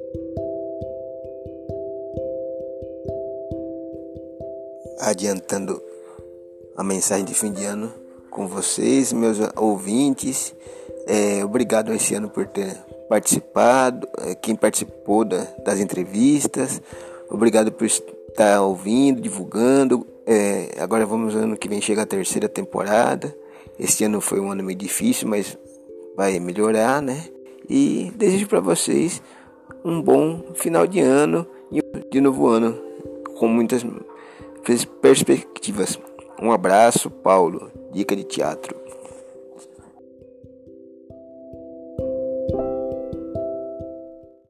Adiantando a mensagem de fim de ano com vocês, meus ouvintes. Obrigado esse ano por ter participado, quem participou das entrevistas. Obrigado por estar ouvindo, divulgando. Agora ano que vem chega a terceira temporada. Esse ano foi um ano meio difícil, mas vai melhorar, né? E desejo para vocês um bom final de ano e de novo ano com muitas perspectivas. Um abraço, Paulo. Dica de teatro.